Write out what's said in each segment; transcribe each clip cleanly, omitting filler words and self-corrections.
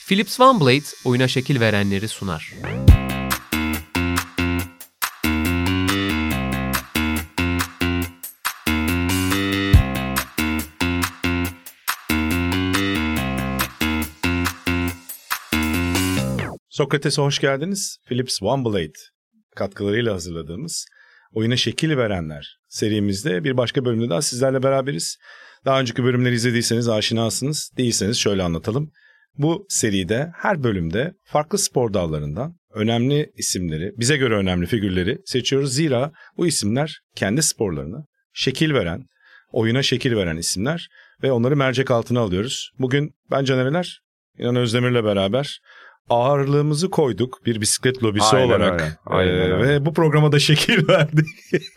Philips OneBlade oyuna şekil verenleri sunar. Sokrates'e hoş geldiniz. Philips OneBlade katkılarıyla hazırladığımız Oyuna Şekil Verenler serimizde bir başka bölümde daha sizlerle beraberiz. Daha önceki bölümleri izlediyseniz aşinasınız, değilseniz şöyle anlatalım. Bu seride her bölümde farklı spor dallarından önemli isimleri, bize göre önemli figürleri seçiyoruz. Zira bu isimler kendi sporlarına şekil veren, oyuna şekil veren isimler ve onları mercek altına alıyoruz. Bugün ben Caner İnan Özdemir'le beraber ağırlığımızı koyduk bir bisiklet lobisi olarak öyle. Ve bu programa da şekil verdik.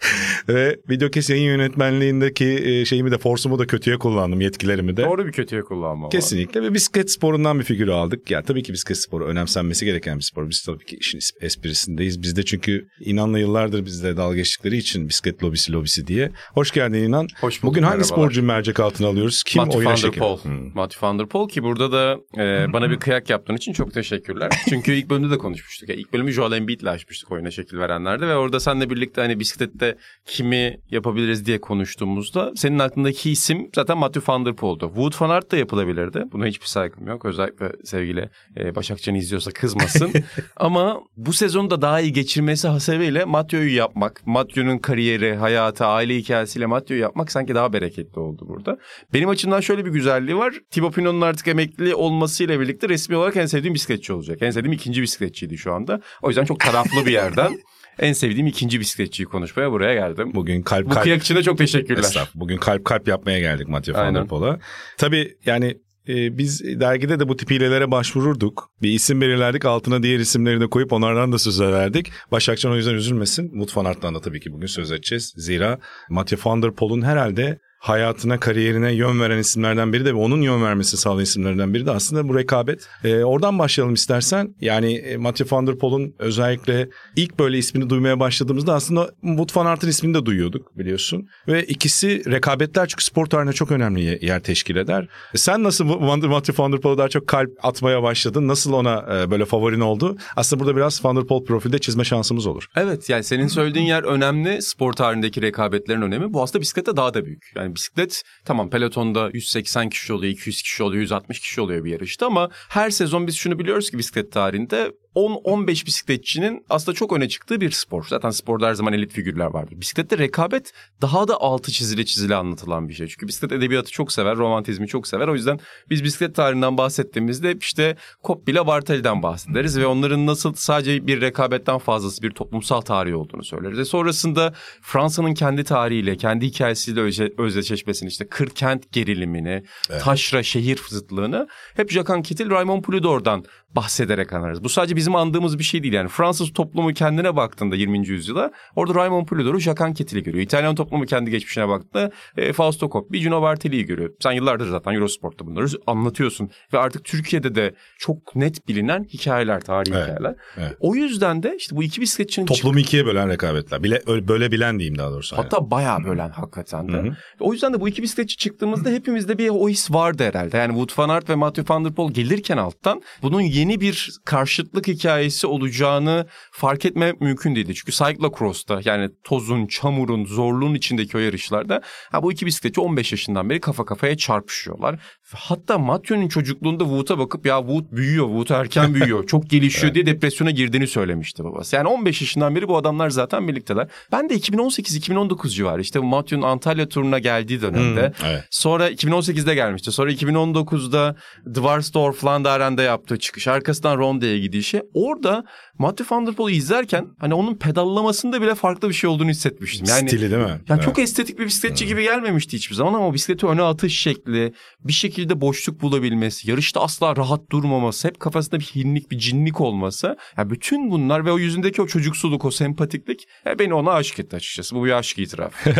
Ve Videokes yayın yönetmenliğindeki şeyimi de, forsumu da kötüye kullandım, yetkilerimi de. Doğru bir kötüye kullanma. Kesinlikle ve bisiklet sporundan bir figürü aldık. Ya tabii ki bisiklet sporu önemsenmesi gereken bir spor. Biz tabii ki işin esprisindeyiz. Biz de çünkü İnan'la yıllardır bizle dalga geçtikleri için bisiklet lobisi diye. Hoş geldin İnan. Hoş bulduk. Bugün hangi sporcuyu mercek altına alıyoruz? Kim Matthew oyuna van şekil? der Poel. Matthew van der Poel ki burada da bana bir kıyak yaptığın için çok teşekkürler. Çünkü ilk bölümde de konuşmuştuk. İlk bölümü Joel Embiid'le açmıştık oyuna şekil verenlerde ve orada seninle birlikte hani bisiklette kimi yapabiliriz diye konuştuğumuzda senin aklındaki isim zaten Matthew van der Poel'du. Wout van Aert da yapılabilirdi. Buna hiçbir saygım yok. Özellikle sevgili Başakcan izliyorsa kızmasın. Ama bu sezonu da daha iyi geçirmesi hasebiyle Matthew'yu yapmak, Matthew'nun kariyeri, hayatı, aile hikayesiyle Matthew'yu yapmak sanki daha bereketli oldu burada. Benim açımdan şöyle bir güzelliği var. Thibaut Pinot'un artık emekli olmasıyla birlikte resmi olarak en sevdiğim bisikletçi olacak. En sevdiğim ikinci bisikletçiydi şu anda. O yüzden çok taraflı bir yerden en sevdiğim ikinci bisikletçiyi konuşmaya buraya geldim. Bugün Bu kıyak için de çok teşekkürler. Estağfurullah. Bugün kalp yapmaya geldik Matthew van der Poel'a. Tabii yani biz dergide de bu tip hilelere başvururduk. Bir isim belirlerdik, altına diğer isimleri de koyup onlardan da söz ederdik. Başakcan o yüzden üzülmesin. Wout van Aert'tan da tabii ki bugün söz edeceğiz. Zira Matthew van der Poel'un herhalde hayatına, kariyerine yön veren isimlerden biri de ve onun yön vermesi sağlayan isimlerden biri de aslında bu rekabet. Oradan başlayalım istersen. Yani Matthew van der Poel'un özellikle ilk böyle ismini duymaya başladığımızda aslında Wout van Aert'ın ismini de duyuyorduk biliyorsun. Ve ikisi rekabetler çünkü spor tarihinde çok önemli yer teşkil eder. Sen nasıl Matthew van der Poel'a daha çok kalp atmaya başladın? Nasıl ona böyle favorin oldu? Aslında burada biraz Van der Poel profilde çizme şansımız olur. Evet, yani senin söylediğin yer önemli. Spor tarihindeki rekabetlerin önemi. Bu aslında bisiklette daha da büyük. Yani bisiklet tamam pelotonda 180 kişi oluyor, 200 kişi oluyor, 160 kişi oluyor bir yarışta ama her sezon biz şunu biliyoruz ki bisiklet tarihinde 10-15 bisikletçinin aslında çok öne çıktığı bir spor. Zaten sporda her zaman elit figürler vardır. Bisiklette rekabet daha da altı çizile anlatılan bir şey. Çünkü bisiklet edebiyatı çok sever, romantizmi çok sever. O yüzden biz bisiklet tarihinden bahsettiğimizde işte Coppi ile Bartali'den bahsederiz ve onların nasıl sadece bir rekabetten fazlası bir toplumsal tarihi olduğunu söyleriz. Ve sonrasında Fransa'nın kendi tarihiyle, kendi hikayesiyle özdeşleşmesini, işte kır-kent gerilimini, taşra şehir zıtlığını hep Jacques Anquetil, Raymond Poulidor'dan bahsederek anlarız. Bu sadece bizim andığımız bir şey değil. Yani Fransız toplumu kendine baktığında 20. yüzyıla orada Raymond Poulidor'u Jacques Anquetil'i görüyor. İtalyan toplumu kendi geçmişine baktığında Fausto Coppi, Gino Bartali'yi görüyor. Sen yıllardır zaten Eurosport'ta bunları anlatıyorsun. Ve artık Türkiye'de de çok net bilinen hikayeler, tarihi hikayeler. Evet. O yüzden de işte bu iki bisikletçinin... Toplumu ikiye bölen rekabetler. Böyle bilen diyeyim daha doğrusu. Hatta yani bayağı bölen hakikaten de. Hı-hı. O yüzden de bu iki bisikletçi çıktığımızda hepimizde bir o his vardı herhalde. Yani Wout van Aert ve Mathieu van der Poel gelirken alttan bunun yeni bir karşıtlık hikayesi olacağını fark etmemek mümkün değildi. Çünkü cyclocross'ta yani tozun, çamurun, zorluğun içindeki o yarışlarda bu iki bisikletçi 15 yaşından beri kafa kafaya çarpışıyorlar. Hatta Mathieu'nun çocukluğunda Wout'a bakıp ya Wout büyüyor, Wout erken büyüyor, çok gelişiyor diye depresyona girdiğini söylemişti babası. Yani 15 yaşından beri bu adamlar zaten birlikteler. Ben de 2018-2019 civarı işte Mathieu'nun Antalya turuna geldiği dönemde sonra 2018'de gelmişti. Sonra 2019'da Dvarsdorf-Vlaanderen'de yaptığı çıkış. Arkasından Ronde'ye gidişi. Orada Mathieu van der Poel'u izlerken hani onun pedallamasında bile farklı bir şey olduğunu hissetmiştim. Yani, stili değil mi? Yani çok estetik bir bisikletçi gibi gelmemişti hiçbir zaman ama o bisikleti öne atış şekli, bir şekilde boşluk bulabilmesi, yarışta asla rahat durmaması, hep kafasında bir hinlik, bir cinlik olması. Yani bütün bunlar ve o yüzündeki o çocuksuluk, o sempatiklik beni ona aşık etti açıkçası. Bu bir aşk itirafı.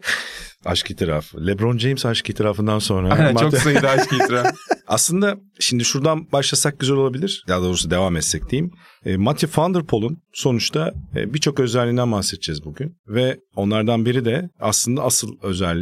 Aşk itirafı. LeBron James aşk itirafından sonra. Aynen, çok sayıda aşk itirafı. Aslında şimdi şuradan başlasak güzel olabilir. Daha doğrusu devam etsek diyeyim. Mathieu van der Poel'un sonuçta birçok özelliğinden bahsedeceğiz bugün. Ve onlardan biri de aslında asıl özelliği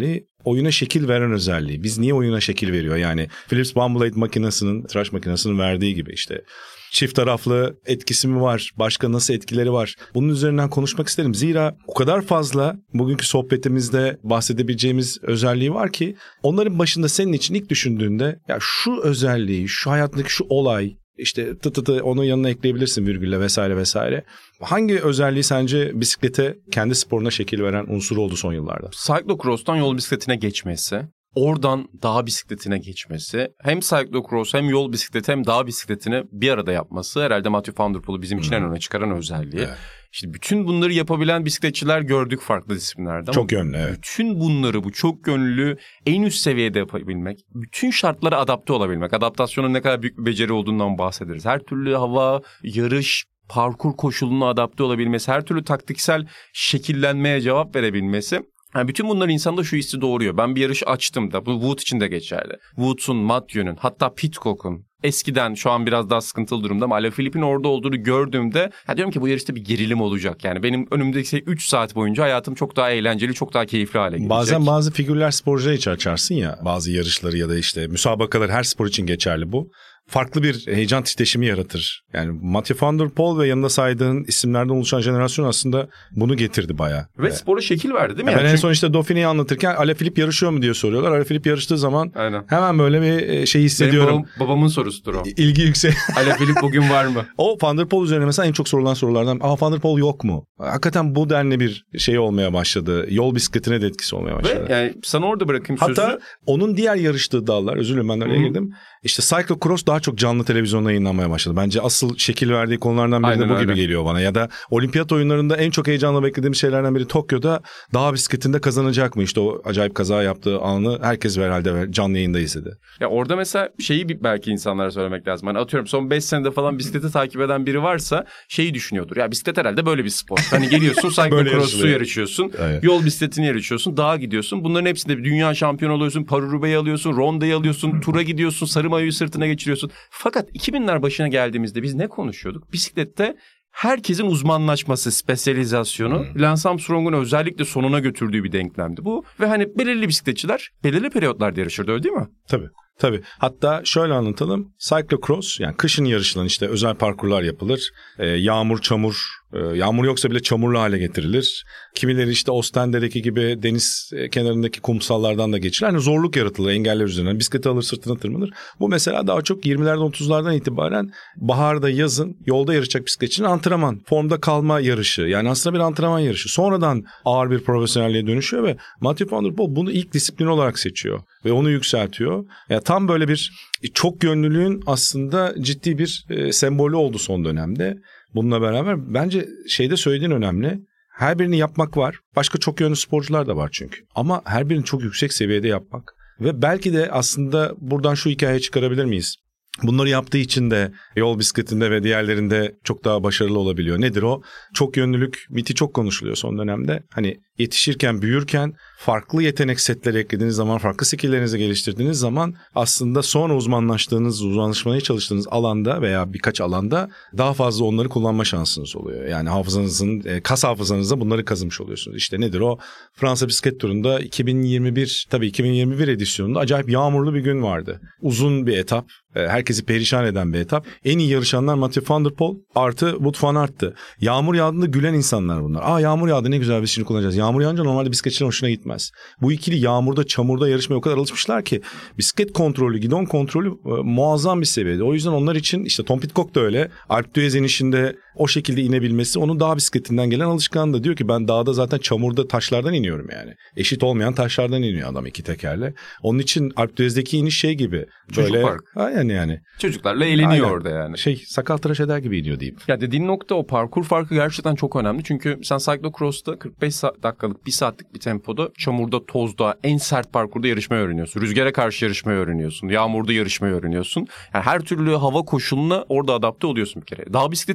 oyuna şekil veren özelliği. Biz niye oyuna şekil veriyor? Yani Philips One Blade makinesinin, tıraş makinesinin verdiği gibi işte çift taraflı etkisi mi var? Başka nasıl etkileri var? Bunun üzerinden konuşmak isterim. Zira o kadar fazla bugünkü sohbetimizde bahsedebileceğimiz özelliği var ki onların başında senin için ilk düşündüğünde ya şu özelliği, şu hayatındaki şu olay, işte onun yanına ekleyebilirsin virgülle vesaire vesaire. Hangi özelliği sence bisiklete, kendi sporuna şekil veren unsur oldu son yıllarda? Cyclocross'tan yol bisikletine geçmesi, oradan dağ bisikletine geçmesi, hem cyclocross hem yol bisikleti hem dağ bisikletini bir arada yapması herhalde Mathieu van der Poel'u bizim için en öne çıkaran özelliği. Evet. İşte bütün bunları yapabilen bisikletçiler gördük farklı disiplinlerde. Çok yönlü, evet. Bütün bunları bu çok yönlü en üst seviyede yapabilmek, bütün şartlara adapte olabilmek, adaptasyonun ne kadar büyük bir beceri olduğundan bahsederiz. Her türlü hava, yarış, parkur koşuluna adapte olabilmesi, her türlü taktiksel şekillenmeye cevap verebilmesi. Yani bütün bunlar insanda şu hissi doğuruyor. Ben bir yarış açtım da, bu Wout için de geçerli. Woods'un, Mathieu'nun, hatta Pidcock'un, eskiden şu an biraz daha sıkıntılı durumda ama Alaphilippe'in orada olduğunu gördüğümde diyorum ki bu yarışta bir gerilim olacak. Yani benim önümdeki 3 saat boyunca hayatım çok daha eğlenceli, çok daha keyifli hale gelecek. Bazen bazı figürler sporcular için açarsın ya, bazı yarışları ya da işte müsabakalar, her spor için geçerli bu. Farklı bir heyecan titreşimi yaratır. Yani Mathieu van der Poel ve yanında saydığın isimlerden oluşan jenerasyon aslında bunu getirdi bayağı. Ve spora şekil verdi değil mi? Ben en son işte Dauphine'yi anlatırken Alaphilippe yarışıyor mu diye soruyorlar. Alaphilippe yarıştığı zaman hemen böyle bir şey hissediyorum. Benim babamın sorusudur o. İlgi yüksek. Alaphilippe bugün var mı? O Van der Poel üzerine mesela en çok sorulan sorulardan. Van der Poel yok mu? Hakikaten bu denli bir şey olmaya başladı. Yol bisikletine de etkisi olmaya başladı. Ve yani sana orada bırakayım sözü. Hatta onun diğer yarıştığı dallar, özür dilerim ben de oraya girdim. İşte cyclocross daha çok canlı televizyonda yayınlanmaya başladı. Bence asıl şekil verdiği konulardan biri de bu gibi geliyor bana. Ya da olimpiyat oyunlarında en çok heyecanla beklediğim şeylerden biri Tokyo'da dağ bisikletinde kazanacak mı? İşte o acayip kaza yaptığı anı herkes herhalde canlı yayında izledi. Ya orada mesela şeyi belki insanlara söylemek lazım. Hani atıyorum son 5 senede falan bisikleti takip eden biri varsa şeyi düşünüyordur. Ya bisiklet herhalde böyle bir spor. Hani geliyorsun cyclocross'u yarışıyorsun. Evet. Yol bisikletini yarışıyorsun. Dağa gidiyorsun. Bunların hepsinde bir dünya şampiyonu oluyorsun. Paris-Roubaix'i alıyorsun. Ronda'yı alıyorsun. Tura gidiyorsun. Sarı mayoyu sırtına geçiriyorsun. Fakat 2000'ler başına geldiğimizde biz ne konuşuyorduk? Bisiklette herkesin uzmanlaşması, spesyalizasyonu Lance Armstrong'un özellikle sonuna götürdüğü bir denklemdi bu. Ve hani belirli bisikletçiler belirli periyotlarda yarışırdı, öyle değil mi? Tabii. Hatta şöyle anlatalım. Cyclocross, yani kışın yarışılan işte özel parkurlar yapılır. Yağmur, çamur, yağmur yoksa bile çamurlu hale getirilir. Kimileri işte Ostender'deki gibi deniz kenarındaki kumsallardan da geçilir. Yani zorluk yaratılır engeller üzerinden. Bisikleti alır, sırtına tırmanır. Bu mesela daha çok 20'lerden 30'lardan itibaren baharda, yazın yolda yarışacak bisikletçinin antrenman, formda kalma yarışı. Yani aslında bir antrenman yarışı. Sonradan ağır bir profesyonelliğe dönüşüyor ve Mathieu van der Poel bunu ilk disiplin olarak seçiyor. Ve onu yükseltiyor. Yani tam böyle bir çok yönlülüğün aslında ciddi bir sembolü oldu son dönemde. Bununla beraber bence şeyde söylediğin önemli. Her birini yapmak var. Başka çok yönlü sporcular da var çünkü. Ama her birini çok yüksek seviyede yapmak. Ve belki de aslında buradan şu hikaye çıkarabilir miyiz? Bunları yaptığı için de yol bisikletinde ve diğerlerinde çok daha başarılı olabiliyor. Nedir o? Çok yönlülük miti çok konuşuluyor son dönemde. Hani yetişirken, büyürken farklı yetenek setleri eklediğiniz zaman, farklı skilllerinizi geliştirdiğiniz zaman aslında sonra uzmanlaşmaya çalıştığınız alanda veya birkaç alanda daha fazla onları kullanma şansınız oluyor. Yani hafızanızın, kas hafızanızda bunları kazımış oluyorsunuz. İşte nedir o? Fransa Bisiklet Turu'nda 2021 edisyonunda acayip yağmurlu bir gün vardı. Uzun bir etap. Herkesi perişan eden bir etap. En iyi yarışanlar Mathieu van der Poel artı Wout van Aert'tı. Yağmur yağdığında gülen insanlar bunlar. Yağmur yağdı, ne güzel, biz şimdi kullanacağız. Yağmur yağınca normalde bisikletçilerin hoşuna gitmez. Bu ikili yağmurda, çamurda yarışmaya o kadar alışmışlar ki bisiklet kontrolü, gidon kontrolü muazzam bir seviyede. O yüzden onlar için işte Tom Pidcock da öyle. Alpe d'Huez inişinde o şekilde inebilmesi onun dağ bisikletinden gelen alışkanlığı. Diyor ki ben dağda zaten çamurda taşlardan iniyorum yani. Eşit olmayan taşlardan iniyor adam iki tekerle. Onun için Alpe d'Huez'deki iniş şey gibi. Çocuk park. Yani. Çocuklarla eğleniyor orada yani. Sakal tıraş eder gibi iniyor diyeyim. Ya dediğin nokta o parkur farkı gerçekten çok önemli. Çünkü sen cyclocross'ta 45 dakikalık, 1 saatlik bir tempoda çamurda, tozda, en sert parkurda yarışmayı öğreniyorsun. Rüzgara karşı yarışmayı öğreniyorsun. Yağmurda yarışmayı öğreniyorsun. Yani her türlü hava koşuluna orada adapte oluyorsun bir kere. Dağ bisikleti dediğin şey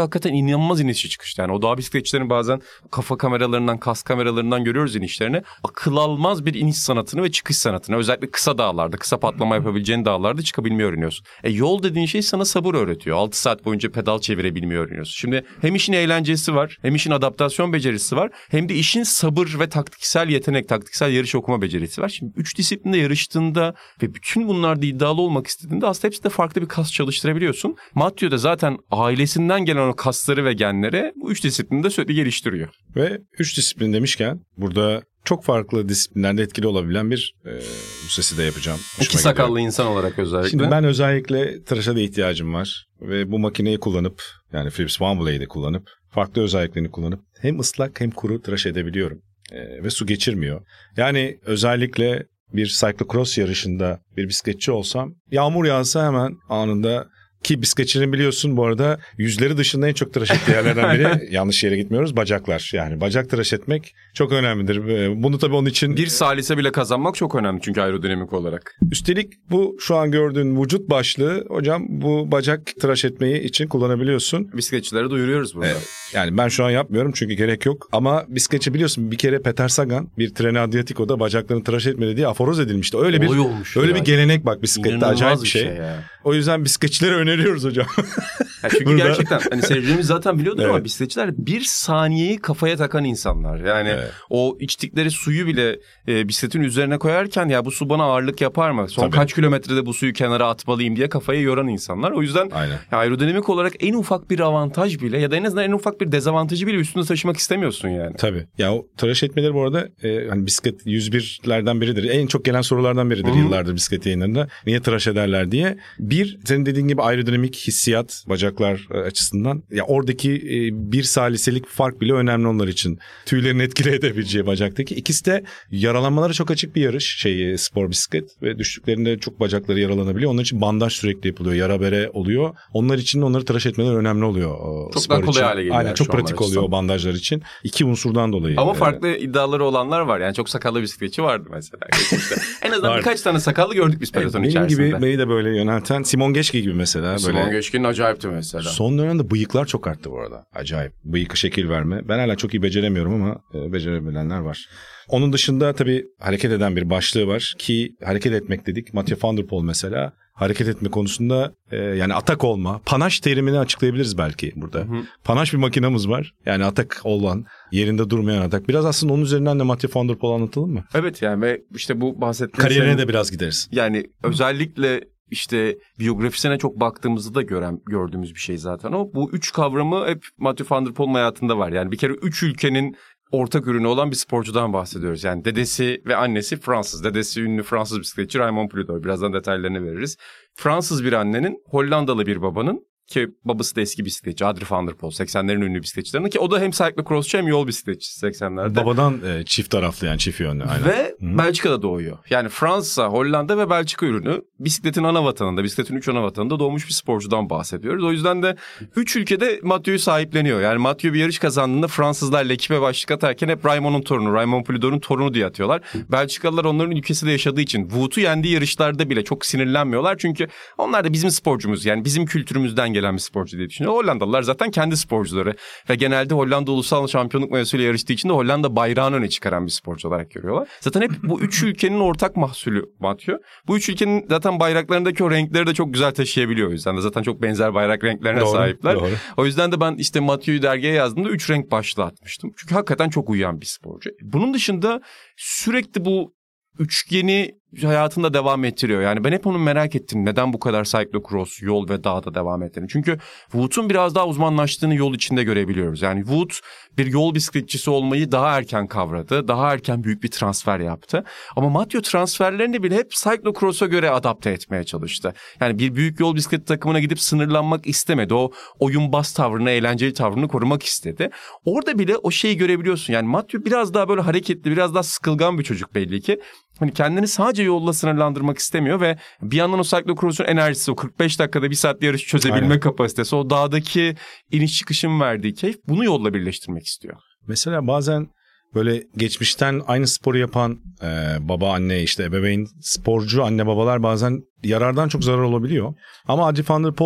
hakikaten inanılmaz inişi çıkıştı. Yani o dağ bisikletçilerin bazen kafa kameralarından, kas kameralarından görüyoruz inişlerini. Akıl almaz bir iniş sanatını ve çıkış sanatını. Özellikle kısa dağlarda, kısa patlama yapabileceğin dağlarda çıkabilmeyi öğreniyorsun. Yol dediğin şey sana sabır öğretiyor. 6 saat boyunca pedal çevirebilmeyi öğreniyorsun. Şimdi hem işin eğlencesi var, hem işin adaptasyon becerisi var, hem de işin sabır ve taktiksel yetenek, taktiksel yarış okuma becerisi var. Şimdi 3 disiplinde yarıştığında ve bütün bunlarda iddialı olmak istediğinde aslında hepsinde farklı bir kas çalıştırabiliyorsun. Mathieu de zaten ailesinden gelen o kasları ve genleri bu 3 disiplinde sürekli geliştiriyor. Ve 3 disiplin demişken burada çok farklı disiplinlerde etkili olabilen bir bu sesi de yapacağım. İki sakallı insan olarak özellikle. Şimdi ben özellikle tıraşa da ihtiyacım var. Ve bu makineyi kullanıp, yani Philips One Blade'i kullanıp, farklı özelliklerini kullanıp hem ıslak hem kuru tıraş edebiliyorum. Ve su geçirmiyor. Yani özellikle bir cyclocross yarışında bir bisikletçi olsam, yağmur yağsa hemen anında, ki bisikletçinin biliyorsun bu arada yüzleri dışında en çok tıraş ettiği yerlerden biri, yanlış yere gitmiyoruz, bacaklar. Yani bacak tıraş etmek çok önemlidir. Bunu tabii onun için... Bir salise bile kazanmak çok önemli çünkü aerodinamik olarak. Üstelik bu şu an gördüğün vücut başlığı hocam, bu bacak tıraş etmeyi için kullanabiliyorsun. Bisikletçilere duyuruyoruz burada. Evet. Yani ben şu an yapmıyorum çünkü gerek yok. Ama bisikletçi biliyorsun, bir kere Peter Sagan bir Treni Adriatico'da bacaklarını tıraş etmedi diye aforoz edilmişti. Öyle bir gelenek bak bisiklette, İnanılmaz acayip bir şey. O yüzden bisikletçilere öneriyoruz hocam. Çünkü burada... gerçekten hani seyircimiz zaten biliyordur ama bisikletçiler bir saniyeyi kafaya takan insanlar. Yani o içtikleri suyu bile bisikletin üzerine koyarken ya bu su bana ağırlık yapar mı? Son kaç kilometrede bu suyu kenara atmalıyım diye kafayı yoran insanlar. O yüzden aerodinamik olarak en ufak bir avantaj bile ya da en azından en ufak bir dezavantajı bile üstünde taşımak istemiyorsun yani. Tabii. Ya o tıraş etmeleri bu arada hani bisiklet 101'lerden biridir. En çok gelen sorulardan biridir yıllardır bisiklet yayınlarında. Niye tıraş ederler diye. Bir, senin dediğin gibi aerodinamik hissiyat bacaklar açısından. Ya oradaki bir saliselik fark bile önemli onlar için. Tüylerin etkili edebileceği bacaktaki. İkisi de yaralanmalara çok açık bir yarış spor bisiklet ve düştüklerinde çok bacakları yaralanabiliyor. Onun için bandaj sürekli yapılıyor. Yara bere oluyor. Onlar için onları tıraş etmeleri önemli oluyor. Çok daha kolay hale geliyor. Aynen, çok pratik oluyor o bandajlar için. İki unsurdan dolayı. Ama farklı iddiaları olanlar var. Yani çok sakallı bisikletçi vardı mesela. En azından birkaç tane sakallı gördük biz peloton içerisinde. Benim gibi beni de böyle yönelten Simon Geschke gibi mesela. Simon Geschke'nin acayipti mesela. Son dönemde bıyıklar çok arttı bu arada. Acayip. Bıyıka şekil verme. Ben hala çok iyi beceremiyorum ama becerebilenler var. Onun dışında tabii hareket eden bir başlığı var ki hareket etmek dedik. Mathieu van der Poel mesela hareket etme konusunda yani atak olma, panaş terimini açıklayabiliriz belki burada. Panaş bir makinamız var. Yani atak olan, yerinde durmayan atak. Biraz aslında onun üzerinden de Mathieu van der Poel anlatalım mı? Evet yani ve işte bu bahsettiğim kariyerine de biraz gideriz. Yani özellikle işte biyografisine çok baktığımızda da gördüğümüz bir şey zaten o. Bu üç kavramı hep Mathieu van der Poel'in hayatında var. Yani bir kere üç ülkenin ortak ürünü olan bir sporcudan bahsediyoruz. Yani dedesi ve annesi Fransız. Dedesi ünlü Fransız bisikletçi Raymond Poulidor. Birazdan detaylarını veririz. Fransız bir annenin, Hollandalı bir babanın, ki babası da eski bisikletçi Adrie van der Poel, 80'lerin ünlü bisikletçilerinden, ki o da hem cyclocrossçu hem yol bisikletçisi 80'lerde. Babadan çift taraflı, yani çift yönlü. Aynen. Ve Belçika'da doğuyor. Yani Fransa, Hollanda ve Belçika ürünü, bisikletin ana vatanında, bisikletin 3 ana vatanında doğmuş bir sporcudan bahsediyoruz. O yüzden de 3 ülkede Mathieu'yu sahipleniyor. Yani Mathieu bir yarış kazandığında Fransızlarla ekibe başlık atarken hep Raymond'un torunu, Raymond Poulidor'un torunu diye atıyorlar. Belçikalılar onların ülkesinde yaşadığı için Wout'u yendiği yarışlarda bile çok sinirlenmiyorlar. Çünkü onlar da bizim sporcumuz, yani bizim kültürümüzden gelen bir sporcu diye düşünüyor. Hollandalılar zaten kendi sporcuları ve genelde Hollanda ulusal şampiyonluk mayosuyla yarıştığı için de Hollanda bayrağını öne çıkaran bir sporcu olarak görüyorlar. Zaten hep bu üç ülkenin ortak mahsulü Mathieu. Bu üç ülkenin zaten bayraklarındaki o renkleri de çok güzel taşıyabiliyor. O yüzden de zaten çok benzer bayrak renklerine sahipler. Doğru. O yüzden de ben işte Mathieu'yu dergiye yazdığımda 3 renk başlığı atmıştım. Çünkü hakikaten çok uyuyan bir sporcu. Bunun dışında sürekli bu üçgeni hayatında devam ettiriyor. Yani ben hep onu merak ettim. Neden bu kadar cyclocross, yol ve dağda devam ettiğini. Çünkü Wout'un biraz daha uzmanlaştığını yol içinde görebiliyoruz. Yani Wout bir yol bisikletçisi olmayı daha erken kavradı. Daha erken büyük bir transfer yaptı. Ama Mathieu transferlerini bile hep cyclocross'a göre adapte etmeye çalıştı. Yani bir büyük yol bisikleti takımına gidip sınırlanmak istemedi. O oyun bas tavrını, eğlenceli tavrını korumak istedi. Orada bile o şeyi görebiliyorsun. Yani Mathieu biraz daha böyle hareketli, biraz daha sıkılgan bir çocuk belli ki. Hani kendini sadece yolla sınırlandırmak istemiyor ve bir yandan o cyclocross'un enerjisi, o 45 dakikada bir saatli yarış çözebilme kapasitesi, o dağdaki iniş çıkışın verdiği keyif, bunu yolla birleştirmek istiyor. Mesela bazen böyle geçmişten aynı sporu yapan baba, anne, işte ebeveyn, sporcu anne babalar bazen yarardan çok zarar olabiliyor. Ama Adrie van der Poel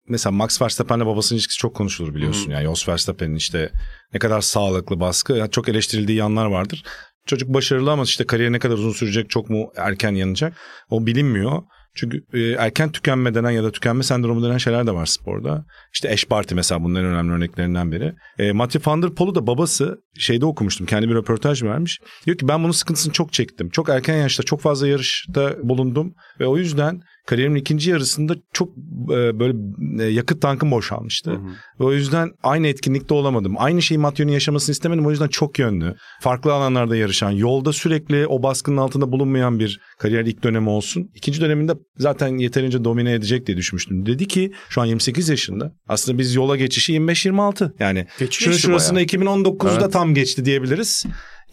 mesela Max Verstappen'le babasının ilişkisi çok konuşulur biliyorsun. Yani Jos Verstappen'in işte ne kadar sağlıklı baskı, çok eleştirildiği yanlar vardır. Çocuk başarılı ama işte kariyeri ne kadar uzun sürecek, çok mu erken yanacak o bilinmiyor. Çünkü erken tükenme denen ya da tükenme sendromu denen şeyler de var sporda. İşte Eş Parti mesela bunların önemli örneklerinden biri. Mathieu van der Poel'u da babası şeyde okumuştum. Kendi bir röportaj vermiş. Diyor ki ben bunun sıkıntısını çok çektim. Çok erken yaşta çok fazla yarışta bulundum. Ve o yüzden kariyerimin ikinci yarısında çok böyle yakıt tankım boşalmıştı. Ve o yüzden aynı etkinlikte olamadım. Aynı şeyi Mathieu'nun yaşamasını istemedim. O yüzden çok yönlü. Farklı alanlarda yarışan, yolda sürekli o baskının altında bulunmayan bir kariyer ilk dönemi olsun. İkinci döneminde zaten yeterince domine edecek diye düşünmüştüm. Dedi ki şu an 28 yaşında. Aslında biz yola geçişi 25-26. Yani şurasında 2019'da tam geçti diyebiliriz.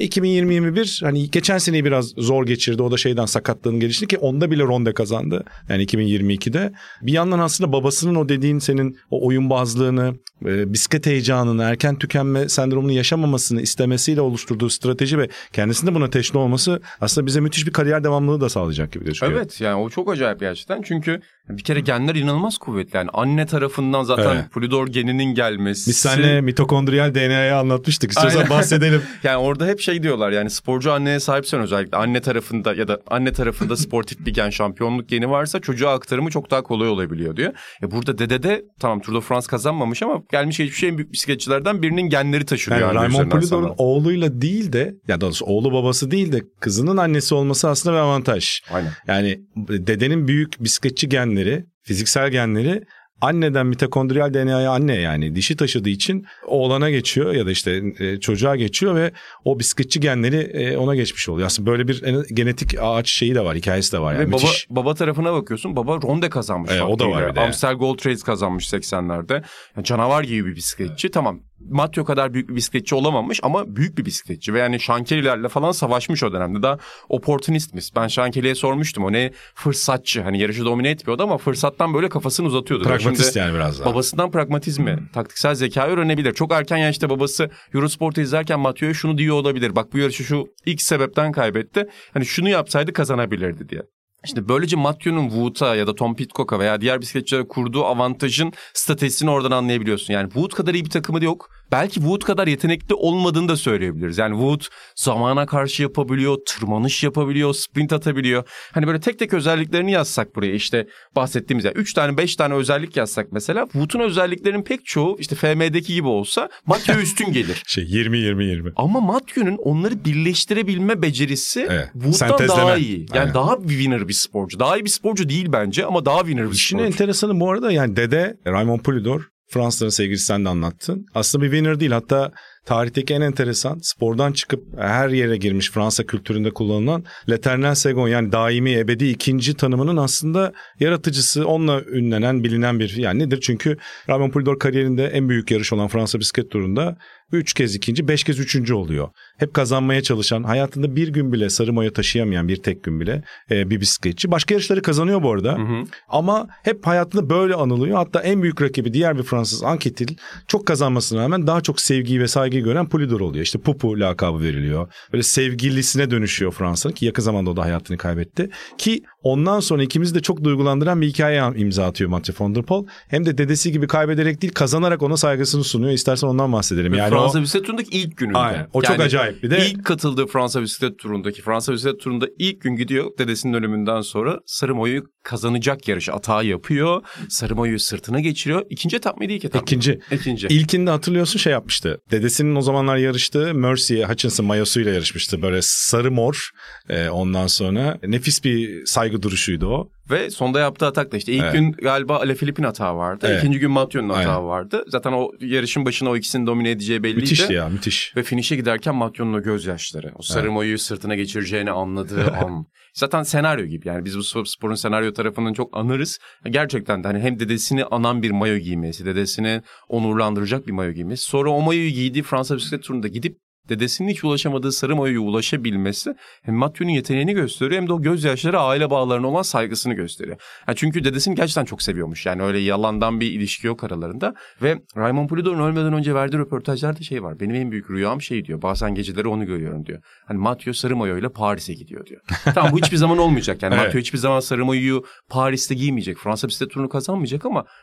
2020-21 hani geçen seneyi biraz zor geçirdi. O da şeyden sakatlığının gelişti ki onda bile ronde kazandı. Yani 2022'de. Bir yandan aslında babasının o dediğin senin o oyunbazlığını, bisiklet heyecanını, erken tükenme sendromunu yaşamamasını istemesiyle oluşturduğu strateji ve kendisinde buna teşne olması aslında bize müthiş bir kariyer devamlılığı da sağlayacak gibi gözüküyor. Evet yani o çok acayip gerçekten. Çünkü bir kere genler inanılmaz kuvvetli. Yani anne tarafından zaten Polydor geninin gelmesi. Biz seninle mitokondriyal DNA'yı anlatmıştık. İstiyorsan bahsedelim. Yani orada hep şey diyorlar yani sporcu anneye sahipsen özellikle anne tarafında ya da anne tarafında sportif bir gen, şampiyonluk geni varsa çocuğa aktarımı çok daha kolay olabiliyor diyor. Burada dedede tamam Tour de France kazanmamış ama gelmiş geçmiş en büyük bisikletçilerden birinin genleri taşınıyor. Yani Raymond Polydor'un oğluyla değil de ya doğrusu oğlu babası değil de kızının annesi olması aslında bir avantaj. Aynen. Yani dedenin büyük bisikletçi genleri, fiziksel genleri anneden mitokondriyal DNA'ya anne yani dişi taşıdığı için oğlana geçiyor ya da işte çocuğa geçiyor ve o bisikletçi genleri ona geçmiş oluyor. Aslında böyle bir genetik ağaç şeyi de var, hikayesi de var. Yani. Ve baba tarafına bakıyorsun, baba ronde kazanmış. O da var bir de. Amstel Gold Race kazanmış 80'lerde. Yani canavar gibi bir bisikletçi. Tamam. Mathieu kadar büyük bir bisikletçi olamamış ama büyük bir bisikletçi ve yani Şankelilerle falan savaşmış o dönemde. Daha opportunistmiş. Ben Şankeli'ye sormuştum o ne fırsatçı. Hani yarışı domine etmiyordu ama fırsattan böyle kafasını uzatıyordu. Pragmatist yani biraz daha. Babasından pragmatizmi, taktiksel zekayı öğrenebilir. Çok erken yaşta babası Eurosport'u izlerken Mathieu'ya şunu diyor olabilir. Bak bu yarışı şu X sebepten kaybetti. Hani şunu yapsaydı kazanabilirdi diye. İşte böylece Mathieu'nun Wout'a ya da Tom Pidcock'a veya diğer bisikletçilere kurduğu avantajın stratejisini oradan anlayabiliyorsun. Yani Wout kadar iyi bir takımı da yok. Belki Wout kadar yetenekli olmadığını da söyleyebiliriz. Yani Wout zamana karşı yapabiliyor, tırmanış yapabiliyor, sprint atabiliyor. Hani böyle tek tek özelliklerini yazsak buraya işte bahsettiğimiz yani 3 tane 5 tane özellik yazsak mesela Wout'un özelliklerinin pek çoğu işte FM'deki gibi olsa Mathieu üstün gelir. 20-20-20. Ama Mathieu'nun onları birleştirebilme becerisi Wout'tan daha iyi. Yani daha bir winner bir sporcu. Daha iyi bir sporcu değil bence ama daha winner bir İşin sporcu. enteresanı bu arada yani dede Raymond Polydor Fransızların sevgilisi sen de anlattın. Aslında bir winner değil hatta tarihteki en enteresan spordan çıkıp her yere girmiş Fransa kültüründe kullanılan l'Eternel Second yani daimi ebedi ikinci tanımının aslında yaratıcısı onunla ünlenen bilinen bir yani nedir? Çünkü Raymond Polydor kariyerinde en büyük yarış olan Fransa bisiklet turunda 3 kez ikinci 5 kez üçüncü oluyor. Hep kazanmaya çalışan hayatında bir gün bile sarı mayo taşıyamayan bir tek gün bile bir bisikletçi. Başka yarışları kazanıyor bu arada ama hep hayatında böyle anılıyor. Hatta en büyük rakibi diğer bir Fransız Anquetil çok kazanmasına rağmen daha çok sevgiyi ve saygıyı gören Polydor oluyor. İşte Pupu lakabı veriliyor. Böyle sevgilisine dönüşüyor Fransa'nın ki yakın zamanda o da hayatını kaybetti. Ki ondan sonra ikimizi de çok duygulandıran bir hikaye imza atıyor Mathieu van der Poel. Hem de dedesi gibi kaybederek değil kazanarak ona saygısını sunuyor. İstersen ondan bahsedelim. Yani Fransa bisiklet turundaki ilk gününde. Aynen. O çok acayip. Bir de ilk katıldığı Fransa bisiklet turunda ilk gün gidiyor dedesinin ölümünden sonra sarı mayoyu kazanacak yarışı atağı yapıyor. Sarı mayoyu sırtına geçiriyor. İkinci etap mıydı ilk etap? İkinci. İlkinde hatırlıyorsun şey yapmıştı. Dedesinin o zamanlar yarıştığı Mercy Hutchinson mayosuyla yarışmıştı. Böyle sarı mor ondan sonra nefis bir saygı duruşuydu o. Ve sonda yaptığı atak da işte ilk gün galiba Alaphilippe'in hatağı vardı. Evet. İkinci gün Mathieu'nun hatağı vardı. Zaten o yarışın başına o ikisini domine edeceği belliydi. Müthişti ya müthiş. Ve finish'e giderken Mathieu'nun o gözyaşları. O sarı mayoyu sırtına geçireceğini anladığı an. Zaten senaryo gibi yani biz bu sporun senaryo tarafından çok anırız. Gerçekten de hani hem dedesini anan bir mayo giymesi, dedesini onurlandıracak bir mayo giymesi. Sonra o mayoyu giydiği Fransa bisiklet turunda gidip dedesinin hiç ulaşamadığı sarı mayoya ulaşabilmesi hem Mathieu'nun yeteneğini gösteriyor hem de o gözyaşları aile bağlarına olan saygısını gösteriyor. Yani çünkü dedesini gerçekten çok seviyormuş. Yani öyle yalandan bir ilişki yok aralarında. Ve Raymond Polydor'un ölmeden önce verdiği röportajlarda şey var. Benim en büyük rüyam şey diyor. Bazen geceleri onu görüyorum diyor. Hani Mathieu sarı mayoyla Paris'e gidiyor diyor. Tamam bu hiçbir zaman olmayacak. Yani Mathieu hiçbir zaman sarı mayoyu Paris'te giymeyecek. Fransa bisiklet turunu kazanmayacak ama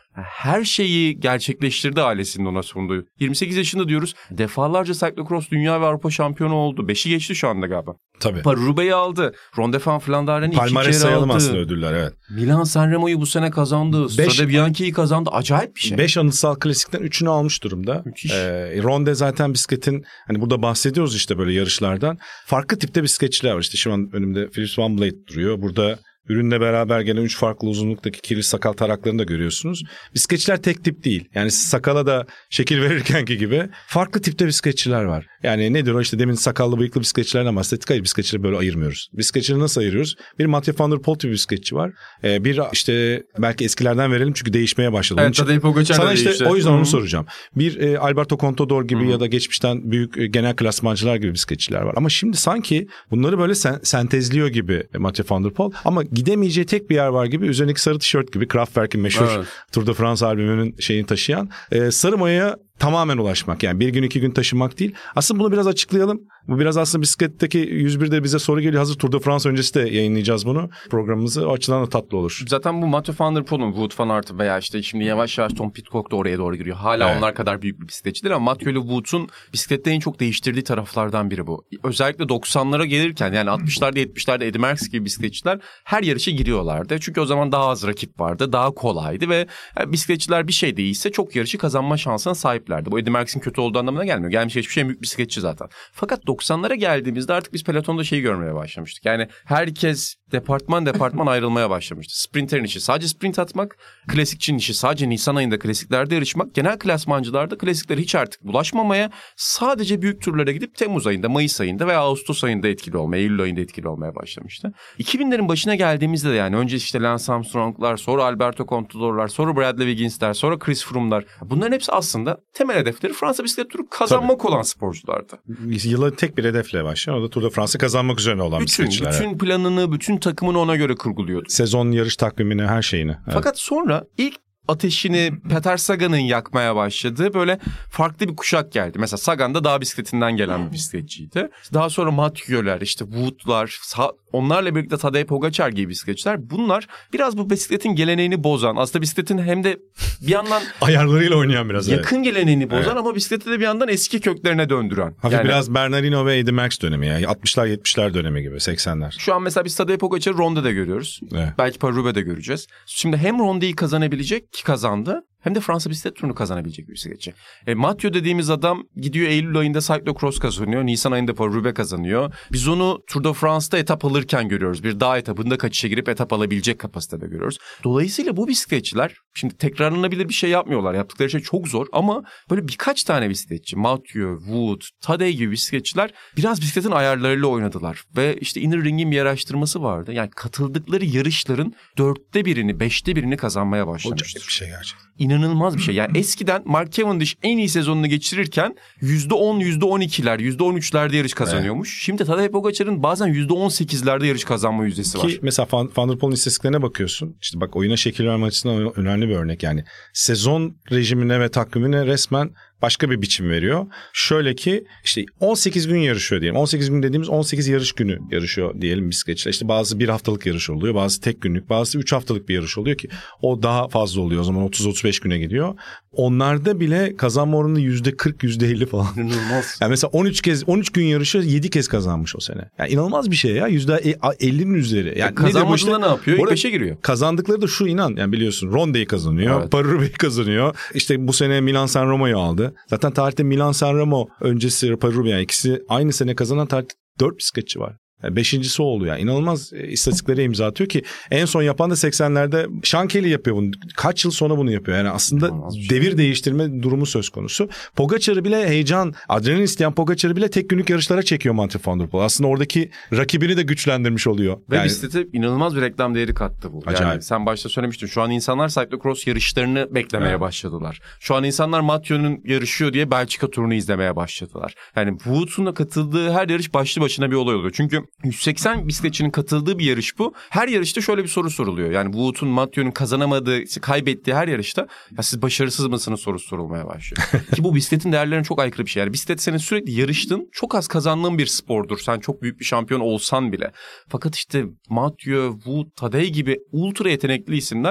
her şeyi gerçekleştirdi, ailesinin ona sunduğu. 28 yaşında diyoruz. Defalarca cyclocross dünya ve Avrupa şampiyonu oldu. 5'i geçti şu anda galiba. Tabii. Paris-Roubaix'i aldı. Ronde van Vlaanderen'i 2 kere aldı. Palmares sayalım aslında ödüller, evet. Milan-San Remo'yu bu sene kazandı. Strade Bianchi'yi kazandı. Acayip bir şey. 5 anıtsal klasikten 3'ünü almış durumda. Ronde zaten bisikletin, hani burada bahsediyoruz işte böyle yarışlardan. Farklı tipte bisikletçiler var. İşte şu an önümde Philips Van Blade duruyor. Burada ürünle beraber gelen 3 farklı uzunluktaki kirli sakal taraklarını da görüyorsunuz. Bisikletçiler tek tip değil. Yani sakala da şekil verirkenki gibi farklı tipte bisikletçiler var. Yani nedir o, işte demin sakallı bıyıklı bisikletçilerden bahsettik. Hayır, bisikletçileri böyle ayırmıyoruz. Bisikletçileri nasıl ayırıyoruz? Bir Mathieu van der Poel gibi bisikletçi var. Bir işte belki eskilerden verelim çünkü değişmeye başladı. Evet, Tadej Pogacar sana işte değişti. O yüzden onu soracağım. Bir Alberto Contador gibi ya da geçmişten büyük genel klasmancılar gibi bisikletçiler var. Ama şimdi sanki bunları böyle sentezliyor gibi Mathieu van der Poel. Ama gidemeyeceği tek bir yer var gibi, üzerindeki sarı tişört gibi, Kraftwerk'in meşhur Tour de France albümünün şeyini taşıyan sarı mayaya tamamen ulaşmak. Yani bir gün 2 gün taşımak değil. Aslında bunu biraz açıklayalım. Bu biraz aslında bisikletteki 101'de bize soru geliyor. Hazır Tour de France öncesi de yayınlayacağız bunu. Programımızı o açıdan da tatlı olur. Zaten bu Mathieu van der Poel'un, Wout van Aert veya işte şimdi yavaş yavaş Tom Pidcock da oraya doğru giriyor. Hala onlar kadar büyük bir bisikletçidir ama Mathieu ile Wout'un bisiklette en çok değiştirdiği taraflardan biri bu. Özellikle 90'lara gelirken, yani 60'larda 70'lerde Eddy Merckx gibi bisikletçiler her yarışa giriyorlardı. Çünkü o zaman daha az rakip vardı, daha kolaydı ve bisikletçiler bir şey değilse çok yarışı kazanma şansına sahiplerdi. Bu Eddy Merckx'in kötü olduğu anlamına gelmiyor. Gelmiş hiçbir şey, büyük bisikletçi zaten. Fakat 90'lara geldiğimizde artık biz pelotonda şeyi görmeye başlamıştık. Yani herkes departman ayrılmaya başlamıştı. Sprinterin işi sadece sprint atmak, klasikçinin işi sadece Nisan ayında klasiklerde yarışmak, genel klasmancılarda klasiklere hiç artık bulaşmamaya, sadece büyük turlara gidip Temmuz ayında, Mayıs ayında veya Ağustos ayında etkili olmaya, Eylül ayında etkili olmaya başlamıştı. 2000'lerin başına geldiğimizde de, yani önce işte Lance Armstrong'lar, sonra Alberto Contador'lar, sonra Bradley Wiggins'ler, sonra Chris Froome'lar. Bunların hepsi aslında temel hedefleri Fransa bisiklet turu kazanmak olan sporculardı. Yıla tek bir hedefle başlayan, o da Tour de France'ı kazanmak üzerine olan bisikletçiler. Bütün planını, bütün takımını ona göre kurguluyordu. Sezon yarış takvimini, her şeyini. Evet. Fakat sonra ilk ateşini Peter Sagan'ın yakmaya başladığı böyle farklı bir kuşak geldi. Mesela Sagan da dağ bisikletinden gelen bir bisikletçiydi. Daha sonra Mathieu'ler, işte Wout'lar, onlarla birlikte Tadej Pogacar gibi bisikletçiler. Bunlar biraz bu bisikletin geleneğini bozan, aslında bisikletin hem de bir yandan ayarlarıyla oynayan biraz. Yakın geleneğini bozan ama bisikleti de bir yandan eski köklerine döndüren. Hafif yani, biraz Bernardino ve Eddy Merckx dönemi yani 60'lar 70'ler dönemi gibi, 80'ler. Şu an mesela biz Tadej Pogacar'ı Ronde'de görüyoruz. Evet. Belki Paris-Roubaix'de göreceğiz. Şimdi hem Ronde'yi kazanabilecek ki kazandı, hem de Fransa bisiklet turunu kazanabilecek bir bisikletçi. Mathieu dediğimiz adam gidiyor Eylül ayında cyclocross kazanıyor. Nisan ayında Paris-Roubaix kazanıyor. Biz onu Tour de France'da etap alırken görüyoruz. Bir dağ etabında kaçışa girip etap alabilecek kapasitede görüyoruz. Dolayısıyla bu bisikletçiler şimdi tekrarlanabilir bir şey yapmıyorlar. Yaptıkları şey çok zor ama böyle birkaç tane bisikletçi, Mathieu, Wout, Tadej gibi bisikletçiler biraz bisikletin ayarlarıyla oynadılar. Ve işte Inner Ring'in bir araştırması vardı. Yani katıldıkları yarışların 4'te 1'ini, 5'te 1'ini kazanmaya başlamıştır. Bir şey gerçekten. İnanılmaz bir şey. Yani eskiden Mark Cavendish en iyi sezonunu geçirirken %10, %12'ler, %13'lerde yarış kazanıyormuş. Evet. Şimdi Tadej Pogacar'ın bazen %18'lerde yarış kazanma yüzdesi var. Ki mesela Van der Poel'in istatistiklerine bakıyorsun. İşte bak, oyuna şekil verme açısından önemli bir örnek yani. Sezon rejimine ve takvimine resmen başka bir biçim veriyor. Şöyle ki işte 18 gün yarışıyor diyelim. 18 gün dediğimiz 18 yarış günü yarışıyor diyelim bisikletçiler. İşte bazı bir haftalık yarış oluyor, bazı tek günlük, bazı 3 haftalık bir yarış oluyor ki o daha fazla oluyor. O zaman 30-35 güne gidiyor. Onlarda bile kazanma oranı %40, %50 falan. İnanılmaz. Yani mesela 13 gün yarışı 7 kez kazanmış o sene. Yani inanılmaz bir şey ya. %50'nin üzeri. Yani kazanmadığında ne yapıyor? İlk 5'e giriyor. Kazandıkları da şu, inan. Yani biliyorsun Ronde'yi kazanıyor. Evet. Paris-Roubaix'i kazanıyor. İşte bu sene Milan-San Remo'yu aldı. Zaten tarihte Milan-San Remo öncesi Paris-Roubaix, yani ikisi aynı sene kazanan tarihte 4 bisikletçi var. Yani 5.'si oldu yani. İnanılmaz istatistiklere imza atıyor ki en son yapan da 80'lerde Sean Kelly yapıyor bunu. Kaç yıl sonra bunu yapıyor. Yani aslında devir değiştirme durumu söz konusu. Pogacar'ı bile heyecan, adrenalin isteyen Pogacar'ı bile tek günlük yarışlara çekiyor Mathieu van der Poel. Aslında oradaki rakibini de güçlendirmiş oluyor. Ve yani, bisiklete inanılmaz bir reklam değeri kattı bu. Acayip. Yani sen başta söylemiştin. Şu an insanlar cyclocross yarışlarını beklemeye başladılar. Şu an insanlar Mathieu'nun yarışıyor diye Belçika turunu izlemeye başladılar. Yani Wout'un da katıldığı her yarış başlı başına bir olay oluyor. Çünkü 180 bisikletçinin katıldığı bir yarış bu. Her yarışta şöyle bir soru soruluyor. Yani Wout'un, Mathieu'nun kazanamadığı, kaybettiği her yarışta ya siz başarısız mısınız sorusu sorulmaya başlıyor. Ki bu bisikletin değerlerine çok aykırı bir şey. Yani bisiklet senin sürekli yarıştın, çok az kazandığın bir spordur. Sen çok büyük bir şampiyon olsan bile. Fakat işte Mathieu, Wout, Tadej gibi ultra yetenekli isimler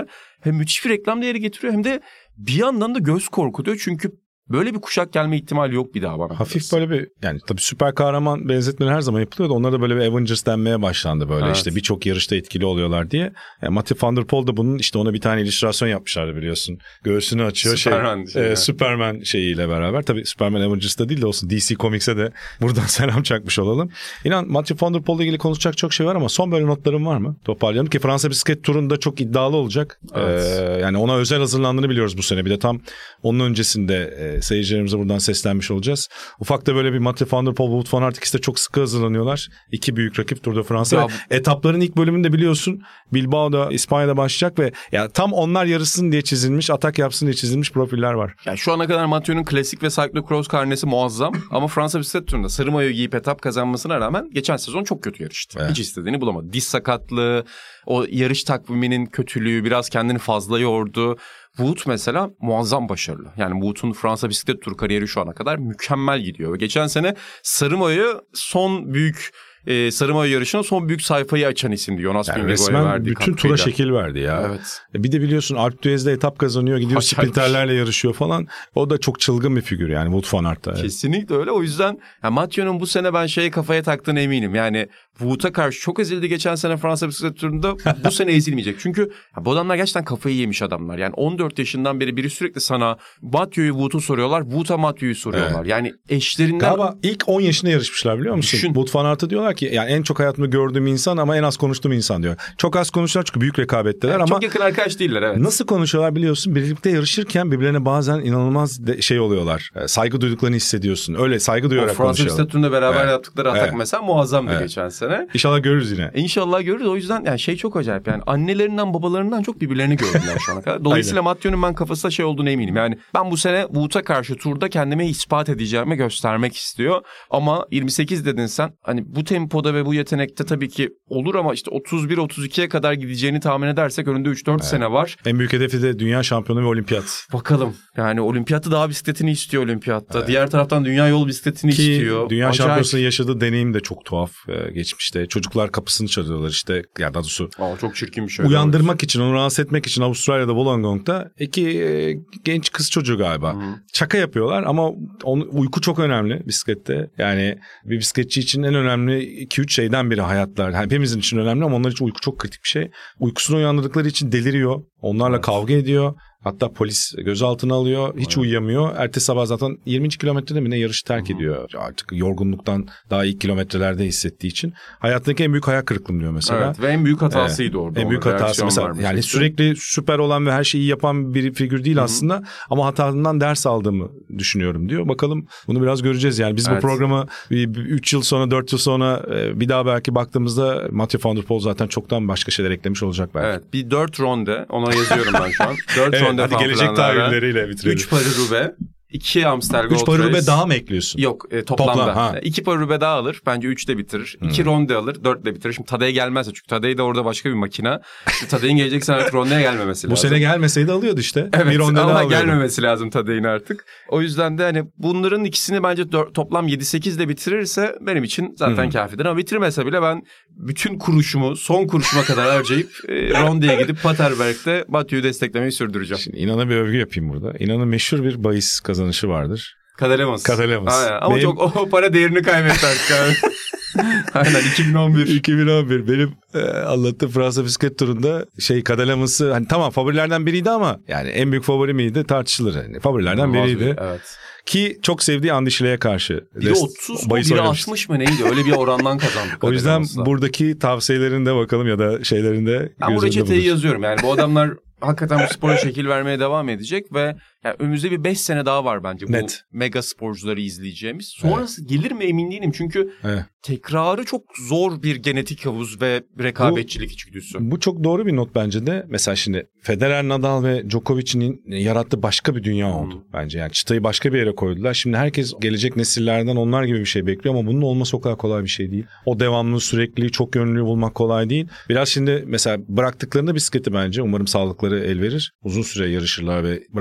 hem müthiş bir reklam değeri getiriyor hem de bir yandan da göz korkutuyor. Çünkü böyle bir kuşak gelme ihtimali yok bir daha bana. Hafif böyle bir yani tabii süper kahraman benzetmeleri her zaman yapılıyordu. Onlara da böyle bir Avengers denmeye başlandı böyle işte birçok yarışta etkili oluyorlar diye. Matthew Van Der Poel da bunun işte ona bir tane illüstrasyon yapmışlardı biliyorsun. Göğsünü açıyor Superman şeyiyle beraber. Tabii Superman Avengers'ta değil de olsun DC Comics'e de buradan selam çakmış olalım. İnan Matthew Van Der Poel'la ilgili konuşacak çok şey var ama son böyle notlarım var mı? Toparlayalım ki Fransa bisiklet turunda çok iddialı olacak. Evet. Yani ona özel hazırlandığını biliyoruz bu sene. Bir de tam onun öncesinde seyircilerimize buradan seslenmiş olacağız. Ufak da böyle bir Mathieu van der Poel, Wout van Aert ikisi de çok sıkı hazırlanıyorlar. İki büyük rakip Tour de France'da. Etapların ilk bölümünde biliyorsun Bilbao'da İspanya'da başlayacak ve ya tam onlar yarışsın diye çizilmiş, atak yapsın diye çizilmiş profiller var. Ya şu ana kadar Mathieu'nun klasik ve cyclocross karnesi muazzam ama Fransa bisiklet turunda sarı mayo giyip etap kazanmasına rağmen geçen sezon çok kötü yarıştı. Evet. Hiç istediğini bulamadı. Diz sakatlığı, o yarış takviminin kötülüğü, biraz kendini fazla yordu. Wout mesela muazzam başarılı. Yani Wout'un Fransa bisiklet turu kariyeri şu ana kadar mükemmel gidiyor. Ve geçen sene sarı mayoyu son büyük sarı mayo yarışına son büyük sayfayı açan isimdi. Jonas Vingegaard'a verdiği bütün katkıyla. tura şekil verdi ya. Evet. Bir de biliyorsun Alpe d'Huez'de etap kazanıyor, gidiyor sprinterlerle yarışıyor falan. O da çok çılgın bir figür yani Wout van Aert'ta. Evet. Kesinlikle öyle. O yüzden Mathieu'nun bu sene ben kafaya taktığına eminim. Yani Wout'a karşı çok ezildi geçen sene Fransa bisiklet turunda. Bu sene ezilmeyecek. Çünkü bu adamlar gerçekten kafayı yemiş adamlar. Yani 14 yaşından beri biri sürekli sana Mathieu'yu Wout'u soruyorlar. Wout'a Mathieu'yu soruyorlar. Evet. Yani eşlerinden... Galiba ilk 10 yaşında yarışmışlar biliyor musun? Wout van Aert'a diyorlar ki yani en çok hayatımda gördüğüm insan ama en az konuştuğum insan diyor. Çok az konuşuyorlar çünkü büyük rekabetteler ama... Çok yakın arkadaş değiller evet. Nasıl konuşuyorlar biliyorsun? Birlikte yarışırken birbirlerine bazen inanılmaz oluyorlar. Saygı duyduklarını hissediyorsun. Öyle saygı duyarak konuşuyorlar. Fransa bisiklet turunda beraber yaptıkları atak mesela muazzamdı geçen sene. İnşallah görürüz yine. İnşallah görürüz. O yüzden yani çok acayip. Yani annelerinden babalarından çok birbirlerini gördüler şu ana kadar. Dolayısıyla Mathieu'nun ben kafasında olduğunu eminim. Yani ben bu sene Wout'a karşı turda kendime ispat edeceğimi göstermek istiyor. Ama 28 dedin sen. Hani bu tempoda ve bu yetenekte tabii ki olur ama işte 31-32'ye kadar gideceğini tahmin edersek önünde 3-4 sene var. En büyük hedefi de dünya şampiyonu ve olimpiyat. Bakalım. Yani olimpiyatı daha bisikletini istiyor olimpiyatta. Evet. Diğer taraftan dünya yol bisikletini istiyor. Dünya şampiyonasının yaşadığı deneyim de çok tuhaf geçmişte. Çocuklar kapısını çalıyorlar işte. Ya daha doğrusu. Çok çirkin bir şey. Uyandırmak için, onu rahatsız etmek için Avustralya'da Wollongong'da iki genç kız çocuğu galiba. Çaka yapıyorlar ama uyku çok önemli bisiklette. Yani bir bisikletçi için en önemli 2-3 şeyden biri hayatlar. Hepimizin için önemli ama onlar için uyku çok kritik bir şey. Uykusunu uyandırdıkları için deliriyor. Onlarla kavga ediyor. Hatta polis gözaltına alıyor. Hiç uyuyamıyor. Ertesi sabah zaten 20. kilometrede mi ne yarışı terk ediyor. Artık yorgunluktan daha ilk kilometrelerde hissettiği için. Hayatındaki en büyük hayal kırıklığım diyor mesela. Evet ve en büyük hatasıydı orada. En büyük hatası mesela. Yani sürekli süper olan ve her şeyi yapan bir figür değil aslında. Ama hatasından ders aldığımı düşünüyorum diyor. Bakalım bunu biraz göreceğiz yani. Biz bu programı 3 yıl sonra 4 yıl sonra bir daha belki baktığımızda Mathieu van der Poel zaten çoktan başka şeyler eklemiş olacak belki. Evet bir 4 ronde ona yazıyorum ben şu an. 4 ronde hadi gelecek tahminleriyle bitirelim. 3 Paris-Roubaix, 2 Amstel Gold Race. 3 Paris-Roubaix daha mı ekliyorsun? Yok toplamda. 2 Paris-Roubaix daha alır. Bence 3 de bitirir. 2 ronde alır. 4 de bitirir. Şimdi Tadej gelmezse çünkü Tadej de orada başka bir makina. Tadej'in gelecek sene artık rondeye gelmemesi lazım. Bu sene gelmeseydi alıyordu işte. Evet bir ama gelmemesi lazım Tadej'in artık. O yüzden de hani bunların ikisini bence toplam 7-8 de bitirirse benim için zaten kafidir. Ama bitirmese bile ben bütün kuruşumu son kuruşuma kadar harcayıp rondeye gidip Paterberg'de Mathieu'yu desteklemeyi sürdüreceğim. Şimdi İnan'a bir övgü yapayım burada. İnan'ın meşhur bir bahis kazanışı vardır. Kadalemos. Ama Benim... o para değerini kaybetti artık abi. Aynen 2011. Benim anlattığım Fransa bisiklet turunda Kadalemos'u hani tamam favorilerden biriydi ama yani en büyük favori miydi tartışılır. Yani favorilerden biriydi. Evet. Ki çok sevdiği Andy Schleck'e karşı. Biri 30 mu biri 60 mı neydi? Öyle bir orandan kazandık. O yüzden buradaki tavsiyelerinde bakalım ya da şeylerinde. Ben bu reçeteyi yazıyorum. Yani bu adamlar hakikaten bu spora şekil vermeye devam edecek ve yani önümüzde bir 5 sene daha var bence bu mega sporcuları izleyeceğimiz. Sonrası gelir mi emin değilim çünkü tekrarı çok zor bir genetik havuz ve rekabetçilik içgüdüsü. Bu çok doğru bir not bence de. Mesela şimdi Federer, Nadal ve Djokovic'in yarattığı başka bir dünya oldu bence. Yani çıtayı başka bir yere koydular. Şimdi herkes gelecek nesillerden onlar gibi bir şey bekliyor ama bunun olması o kadar kolay bir şey değil. O devamlı sürekliliği, çok yönlülüğü bulmak kolay değil. Biraz şimdi mesela bıraktıklarında bisikleti bence umarım sağlıkları el verir. Uzun süre yarışırlar ve bıraktıklarında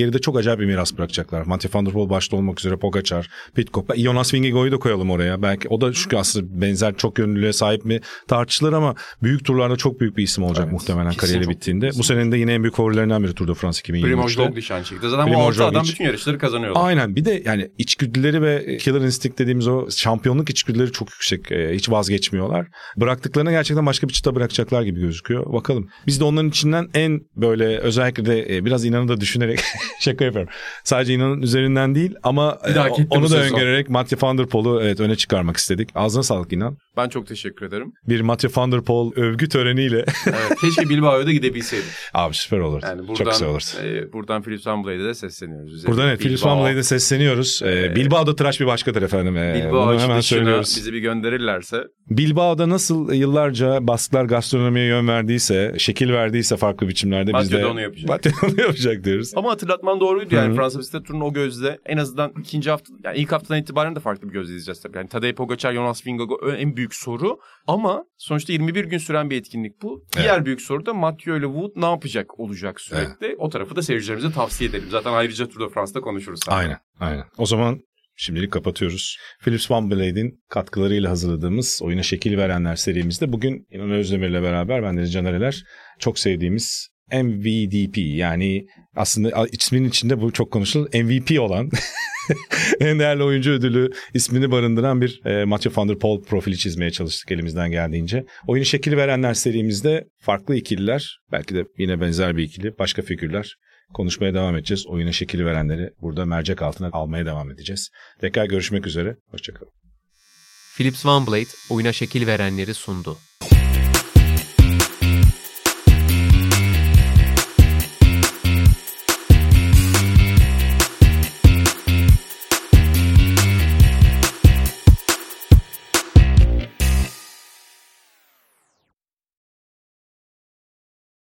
geride çok acayip bir miras bırakacaklar. Mathieu van der Poel başta olmak üzere, Pogacar, Pidcock. Jonas Vingegaard'u da koyalım oraya. Belki o da çünkü aslında benzer çok yönlülüğe sahip mi tartışılır ama büyük turlarda çok büyük bir isim olacak muhtemelen kariyeri bittiğinde. Bu senenin de yine en büyük favorilerinden biri Tour de France 2023'te. Primož Roglič aynı şekilde. Zaten bu 6 adam bütün yarışları kazanıyorlar. Aynen. Bir de yani içgüdüleri ve killer instinct dediğimiz o şampiyonluk içgüdüleri çok yüksek. Hiç vazgeçmiyorlar. Bıraktıklarına gerçekten başka bir çıta bırakacaklar gibi gözüküyor. Bakalım. Biz de onların içinden en böyle özellikle de biraz İnan'ı da düşünerek şaka yapıyorum. Sadece İnan'ın üzerinden değil ama onu da öngörerek Mathieu van der Poel'u öne çıkarmak istedik. Ağzına sağlık İnan. Ben çok teşekkür ederim. Bir Mathieu van der Poel övgü töreniyle. Evet, keşke Bilbao'ya da gidebilseydik. Abi süper olurdu. Yani buradan, çok güzel olurdu. Buradan Philips Van Blade'e de sesleniyoruz. Buradan Philips Van Blade'e sesleniyoruz. Bilbao'da tıraş bir başkadır efendim. Bilbao hemen söylüyoruz. Bizi bir gönderirlerse. Bilbao'da nasıl yıllarca Basklar gastronomiye yön verdiyse, şekil verdiyse farklı biçimlerde biz de onu yapacak. Matya'da onu yapacak diyoruz. Ama hatırlatman doğruydu yani. Fransa Bisiklet Turu'nu o gözle en azından ikinci hafta, yani ilk haftadan itibaren de farklı bir gözle izleyeceğiz tabii. Yani Tadej Pogacar, Jonas Vingegaard en büyük soru ama sonuçta 21 gün süren bir etkinlik bu. Diğer büyük soru da Mathieu ile Wout ne yapacak olacak sürekli. Evet. O tarafı da seyircilerimize tavsiye edelim. Zaten ayrıca Tour de France'da konuşuruz. Aynen. O zaman şimdilik kapatıyoruz. Philips Van Blade'in katkılarıyla hazırladığımız Oyuna Şekil Verenler serimizde bugün İnan Özdemir'le beraber bendeniz Can Areler çok sevdiğimiz MVDP yani aslında isminin içinde bu çok konuşulur. MVP olan en değerli oyuncu ödülü ismini barındıran bir Mathieu van der Poel profili çizmeye çalıştık elimizden geldiğince. Oyunu Şekil Verenler serimizde farklı ikililer, belki de yine benzer bir ikili, başka figürler konuşmaya devam edeceğiz. Oyuna şekil verenleri burada mercek altına almaya devam edeceğiz. Tekrar görüşmek üzere. Hoşçakalın. Philips Van Blade oyuna şekil verenleri sundu.